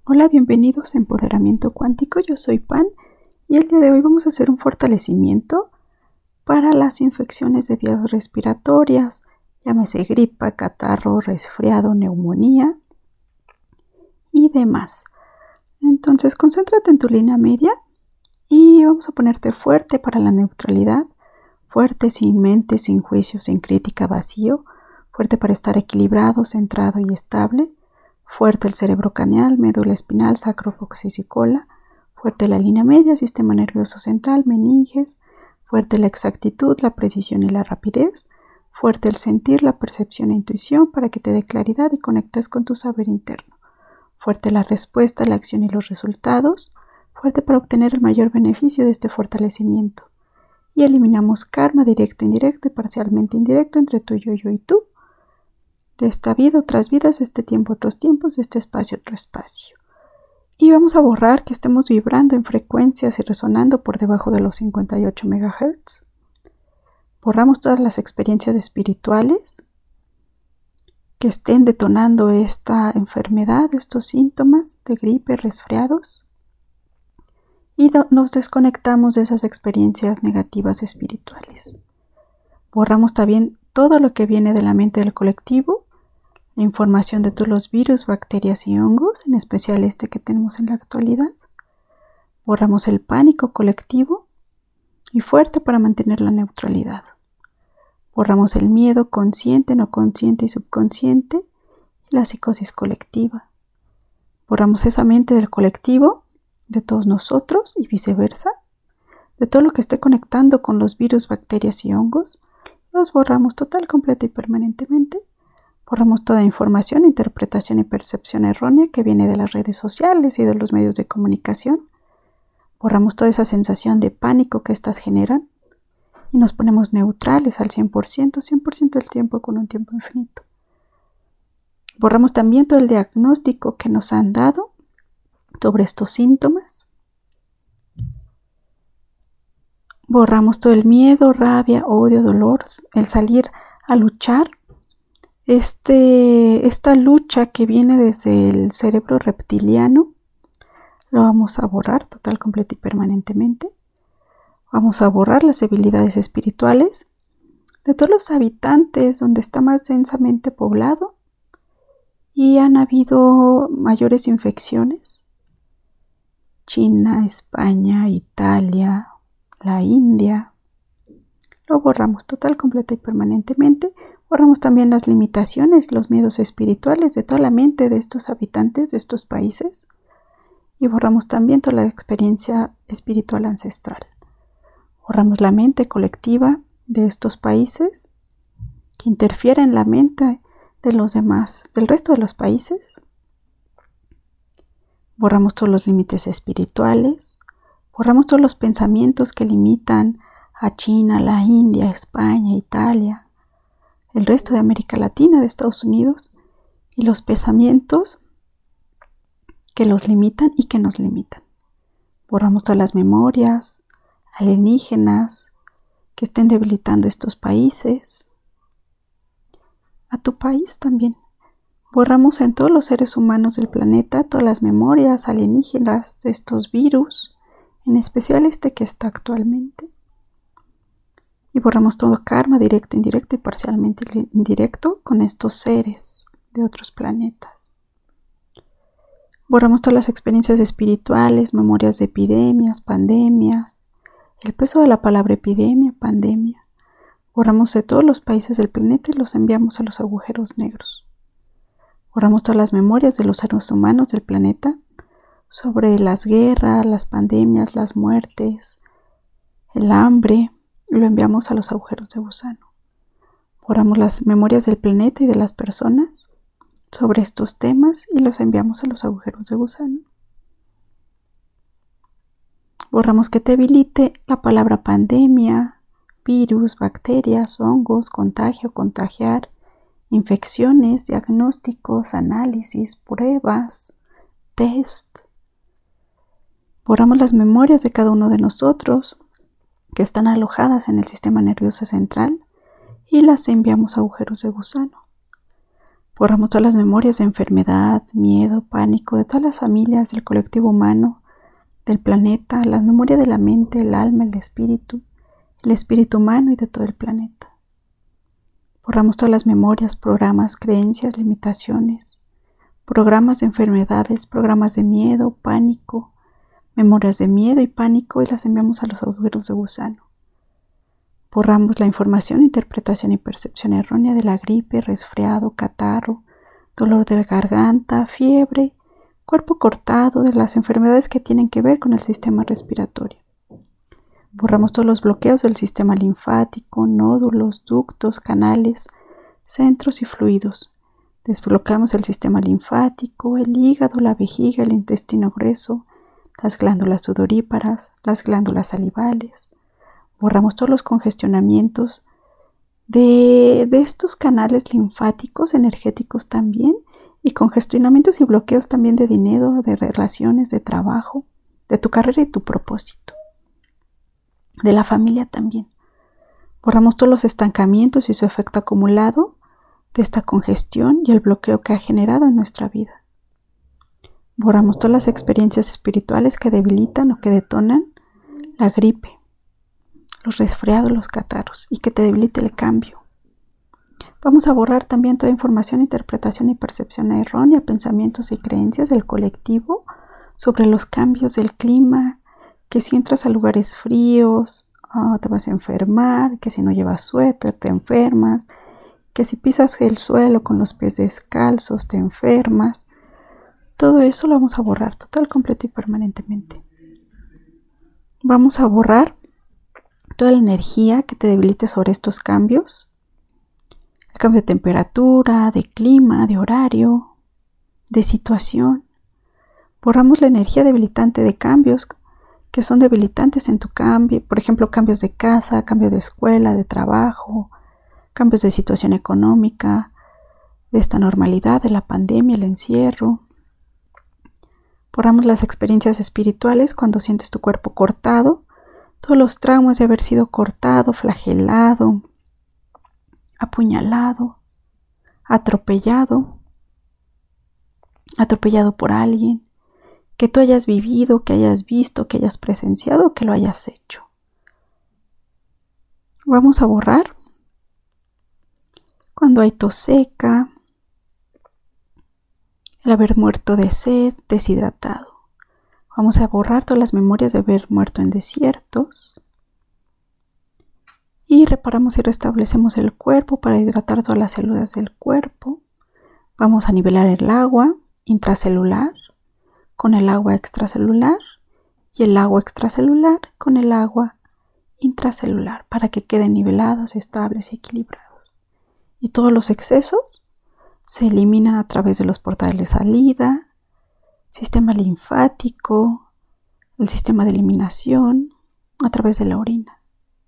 Hola, bienvenidos a Empoderamiento Cuántico. Yo soy Pan y el día de hoy vamos a hacer un fortalecimiento para las infecciones de vías respiratorias, llámese gripa, catarro, resfriado, neumonía y demás. Entonces, concéntrate en tu línea media y vamos a ponerte fuerte para la neutralidad, fuerte sin mente, sin juicio, sin crítica, vacío, fuerte para estar equilibrado, centrado y estable. Fuerte el cerebro craneal, médula espinal, sacro, coxis y cola. Fuerte la línea media, sistema nervioso central, meninges. Fuerte la exactitud, la precisión y la rapidez. Fuerte el sentir, la percepción e intuición para que te dé claridad y conectes con tu saber interno. Fuerte la respuesta, la acción y los resultados. Fuerte para obtener el mayor beneficio de este fortalecimiento. Y eliminamos karma directo, indirecto y parcialmente indirecto entre tú, yo y tú. De esta vida, otras vidas, de este tiempo, otros tiempos, de este espacio, otro espacio. Y vamos a borrar que estemos vibrando en frecuencias y resonando por debajo de los 58 MHz. Borramos todas las experiencias espirituales que estén detonando esta enfermedad, estos síntomas de gripe, resfriados. Y nos desconectamos de esas experiencias negativas espirituales. Borramos también todo lo que viene de la mente del colectivo, la información de todos los virus, bacterias y hongos, en especial este que tenemos en la actualidad. Borramos el pánico colectivo y fuerte para mantener la neutralidad. Borramos el miedo consciente, no consciente y subconsciente y la psicosis colectiva. Borramos esa mente del colectivo, de todos nosotros y viceversa, de todo lo que esté conectando con los virus, bacterias y hongos. Los borramos total, completa y permanentemente. Borramos toda información, interpretación y percepción errónea que viene de las redes sociales y de los medios de comunicación. Borramos toda esa sensación de pánico que éstas generan y nos ponemos neutrales al 100% del tiempo con un tiempo infinito. Borramos también todo el diagnóstico que nos han dado sobre estos síntomas. Borramos todo el miedo, rabia, odio, dolor, el salir a luchar. Esta lucha que viene desde el cerebro reptiliano, lo vamos a borrar total, completa y permanentemente. Vamos a borrar las debilidades espirituales de todos los habitantes donde está más densamente poblado y han habido mayores infecciones. China, España, Italia, la India. Lo borramos total, completa y permanentemente. Borramos también las limitaciones, los miedos espirituales de toda la mente de estos habitantes de estos países. Y borramos también toda la experiencia espiritual ancestral. Borramos la mente colectiva de estos países que interfiere en la mente de los demás, del resto de los países. Borramos todos los límites espirituales. Borramos todos los pensamientos que limitan a China, la India, España, Italia, el resto de América Latina, de Estados Unidos, y los pensamientos que los limitan y que nos limitan. Borramos todas las memorias alienígenas que estén debilitando estos países. A tu país también. Borramos en todos los seres humanos del planeta todas las memorias alienígenas de estos virus, en especial este que está actualmente. Y borramos todo karma directo, indirecto y parcialmente indirecto con estos seres de otros planetas. Borramos todas las experiencias espirituales, memorias de epidemias, pandemias, el peso de la palabra epidemia, pandemia. Borramos de todos los países del planeta y los enviamos a los agujeros negros. Borramos todas las memorias de los seres humanos del planeta sobre las guerras, las pandemias, las muertes, el hambre, y lo enviamos a los agujeros de gusano. Borramos las memorias del planeta y de las personas sobre estos temas y los enviamos a los agujeros de gusano. Borramos que te debilite la palabra pandemia, virus, bacterias, hongos, contagio, contagiar, infecciones, diagnósticos, análisis, pruebas, test. Borramos las memorias de cada uno de nosotros que están alojadas en el sistema nervioso central y las enviamos a agujeros de gusano. Borramos todas las memorias de enfermedad, miedo, pánico, de todas las familias, del colectivo humano, del planeta, las memorias de la mente, el alma, el espíritu humano y de todo el planeta. Borramos todas las memorias, programas, creencias, limitaciones, programas de enfermedades, programas de miedo, pánico, memorias de miedo y pánico y las enviamos a los agujeros de gusano. Borramos la información, interpretación y percepción errónea de la gripe, resfriado, catarro, dolor de garganta, fiebre, cuerpo cortado, de las enfermedades que tienen que ver con el sistema respiratorio. Borramos todos los bloqueos del sistema linfático, nódulos, ductos, canales, centros y fluidos. Desbloqueamos el sistema linfático, el hígado, la vejiga, el intestino grueso, las glándulas sudoríparas, las glándulas salivales. Borramos todos los congestionamientos de estos canales linfáticos, energéticos también, y congestionamientos y bloqueos también de dinero, de relaciones, de trabajo, de tu carrera y tu propósito. De la familia también. Borramos todos los estancamientos y su efecto acumulado de esta congestión y el bloqueo que ha generado en nuestra vida. Borramos todas las experiencias espirituales que debilitan o que detonan la gripe, los resfriados, los catarros y que te debilite el cambio. Vamos a borrar también toda información, interpretación y percepción errónea, pensamientos y creencias del colectivo sobre los cambios del clima, que si entras a lugares fríos te vas a enfermar, que si no llevas suéter te enfermas, que si pisas el suelo con los pies descalzos te enfermas. Todo eso lo vamos a borrar total, completo y permanentemente. Vamos a borrar toda la energía que te debilite sobre estos cambios. El cambio de temperatura, de clima, de horario, de situación. Borramos la energía debilitante de cambios que son debilitantes en tu cambio, por ejemplo, cambios de casa, cambio de escuela, de trabajo, cambios de situación económica, de esta normalidad, de la pandemia, el encierro. Borramos las experiencias espirituales cuando sientes tu cuerpo cortado, todos los traumas de haber sido cortado, flagelado, apuñalado, atropellado por alguien, que tú hayas vivido, que hayas visto, que hayas presenciado, que lo hayas hecho. Vamos a borrar cuando hay tos seca, el haber muerto de sed, deshidratado. Vamos a borrar todas las memorias de haber muerto en desiertos. Y reparamos y restablecemos el cuerpo para hidratar todas las células del cuerpo. Vamos a nivelar el agua intracelular con el agua extracelular y el agua extracelular con el agua intracelular para que queden niveladas, estables y equilibrados. Y todos los excesos se eliminan a través de los portales de salida, sistema linfático, el sistema de eliminación, a través de la orina.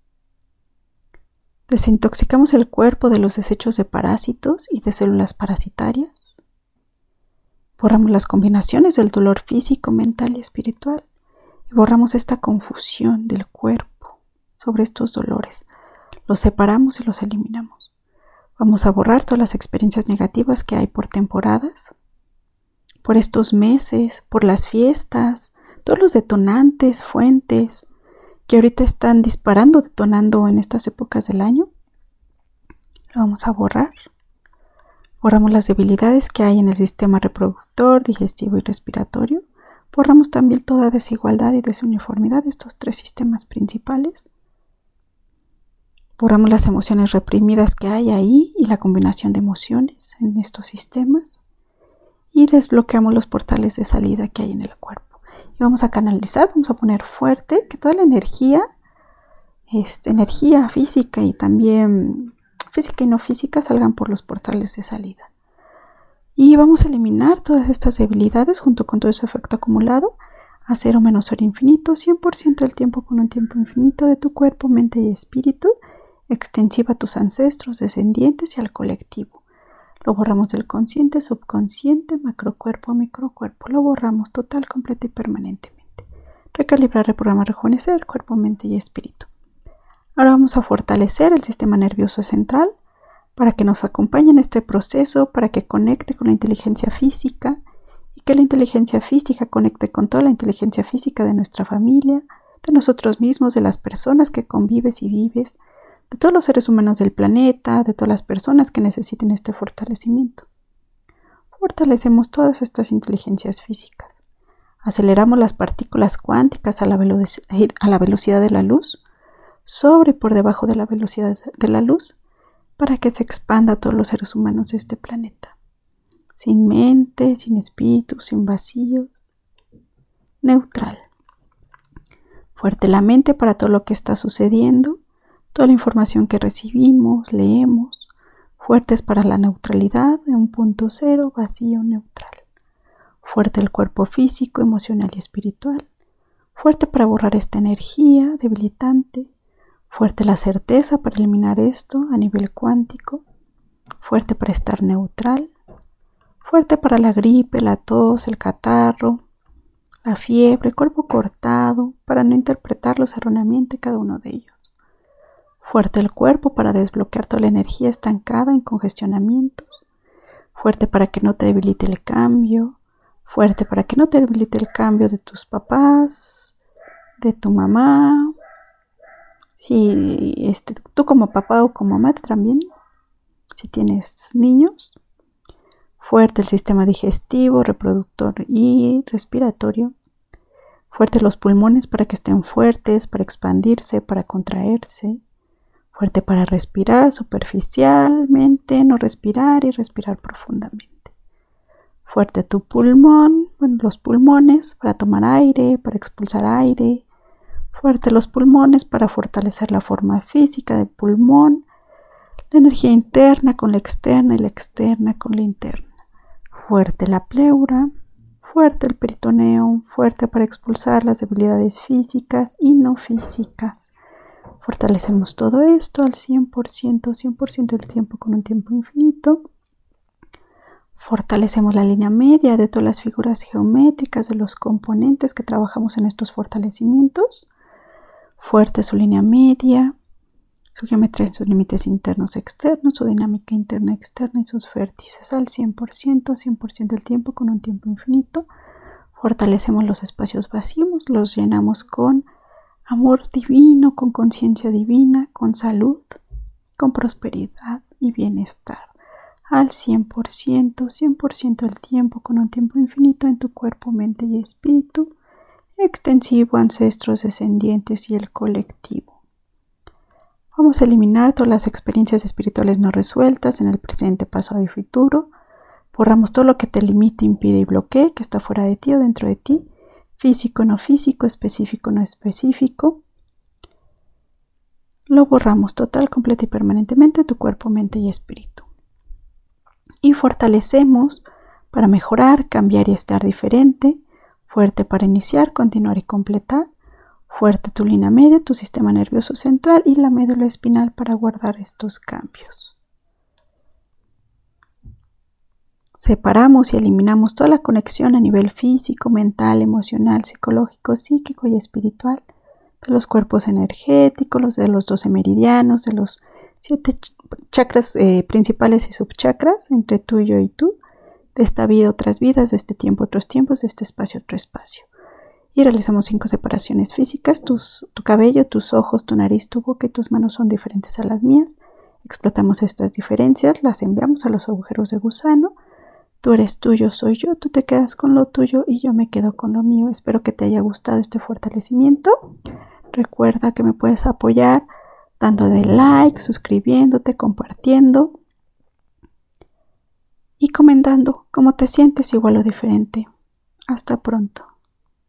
Desintoxicamos el cuerpo de los desechos de parásitos y de células parasitarias. Borramos las combinaciones del dolor físico, mental y espiritual. Y borramos esta confusión del cuerpo sobre estos dolores. Los separamos y los eliminamos. Vamos a borrar todas las experiencias negativas que hay por temporadas, por estos meses, por las fiestas, todos los detonantes, fuentes que ahorita están detonando en estas épocas del año. Lo vamos a borrar. Borramos las debilidades que hay en el sistema reproductor, digestivo y respiratorio. Borramos también toda desigualdad y desuniformidad de estos tres sistemas principales. Borramos las emociones reprimidas que hay ahí y la combinación de emociones en estos sistemas. Y desbloqueamos los portales de salida que hay en el cuerpo. Y vamos a canalizar, vamos a poner fuerte que toda la energía física y también física y no física salgan por los portales de salida. Y vamos a eliminar todas estas debilidades junto con todo ese efecto acumulado a 0 menos 0 infinito, 100% del tiempo con un tiempo infinito de tu cuerpo, mente y espíritu, extensiva a tus ancestros, descendientes y al colectivo. Lo borramos del consciente, subconsciente, macrocuerpo a microcuerpo. Lo borramos total, completo y permanentemente. Recalibrar, reprogramar, rejuvenecer cuerpo, mente y espíritu. Ahora vamos a fortalecer el sistema nervioso central para que nos acompañe en este proceso, para que conecte con la inteligencia física y que la inteligencia física conecte con toda la inteligencia física de nuestra familia, de nosotros mismos, de las personas que convives y vives, de todos los seres humanos del planeta, de todas las personas que necesiten este fortalecimiento. Fortalecemos todas estas inteligencias físicas. Aceleramos las partículas cuánticas a la velocidad de la luz, sobre y por debajo de la velocidad de la luz, para que se expanda a todos los seres humanos de este planeta. Sin mente, sin espíritu, sin vacío. Neutral. Fuerte la mente para todo lo que está sucediendo, toda la información que recibimos, leemos. Fuertes para la neutralidad, en un punto cero, vacío, neutral. Fuerte el cuerpo físico, emocional y espiritual. Fuerte para borrar esta energía debilitante. Fuerte la certeza para eliminar esto a nivel cuántico. Fuerte para estar neutral. Fuerte para la gripe, la tos, el catarro, la fiebre, cuerpo cortado, para no interpretarlos erróneamente cada uno de ellos. Fuerte el cuerpo para desbloquear toda la energía estancada en congestionamientos. Fuerte para que no te debilite el cambio. Fuerte para que no te debilite el cambio de tus papás, de tu mamá. Si tú como papá o como mamá también, si tienes niños. Fuerte el sistema digestivo, reproductor y respiratorio. Fuerte los pulmones para que estén fuertes, para expandirse, para contraerse. Fuerte para respirar superficialmente, no respirar y respirar profundamente. Fuerte tu pulmón, los pulmones para tomar aire, para expulsar aire. Fuerte los pulmones para fortalecer la forma física del pulmón, la energía interna con la externa y la externa con la interna. Fuerte la pleura, fuerte el peritoneo, fuerte para expulsar las debilidades físicas y no físicas. Fortalecemos todo esto al 100% del tiempo con un tiempo infinito. Fortalecemos la línea media de todas las figuras geométricas de los componentes que trabajamos en estos fortalecimientos. Fuerte su línea media, su geometría en sus límites internos y externos, su dinámica interna y externa y sus vértices al 100% del tiempo con un tiempo infinito. Fortalecemos los espacios vacíos, los llenamos con amor divino, con conciencia divina, con salud, con prosperidad y bienestar al 100% del tiempo con un tiempo infinito en tu cuerpo, mente y espíritu, extensivo, ancestros, descendientes y el colectivo. Vamos a eliminar todas las experiencias espirituales no resueltas en el presente, pasado y futuro. Borramos todo lo que te limite, impide y bloquee, que está fuera de ti o dentro de ti, físico, no físico, específico, no específico. Lo borramos total, completa y permanentemente de tu cuerpo, mente y espíritu. Y fortalecemos para mejorar, cambiar y estar diferente. Fuerte para iniciar, continuar y completar. Fuerte tu línea media, tu sistema nervioso central y la médula espinal para guardar estos cambios. Separamos y eliminamos toda la conexión a nivel físico, mental, emocional, psicológico, psíquico y espiritual de los cuerpos energéticos, de los 12 meridianos, de los 7 chakras principales y subchakras entre tú, yo y tú, de esta vida otras vidas, de este tiempo otros tiempos, de este espacio otro espacio. Y realizamos 5 separaciones físicas. Tu cabello, tus ojos, tu nariz, tu boca y tus manos son diferentes a las mías. Explotamos estas diferencias, las enviamos a los agujeros de gusano. Tú eres tú, yo soy yo, tú te quedas con lo tuyo y yo me quedo con lo mío. Espero que te haya gustado este fortalecimiento. Recuerda que me puedes apoyar dándole like, suscribiéndote, compartiendo y comentando cómo te sientes igual o diferente. Hasta pronto.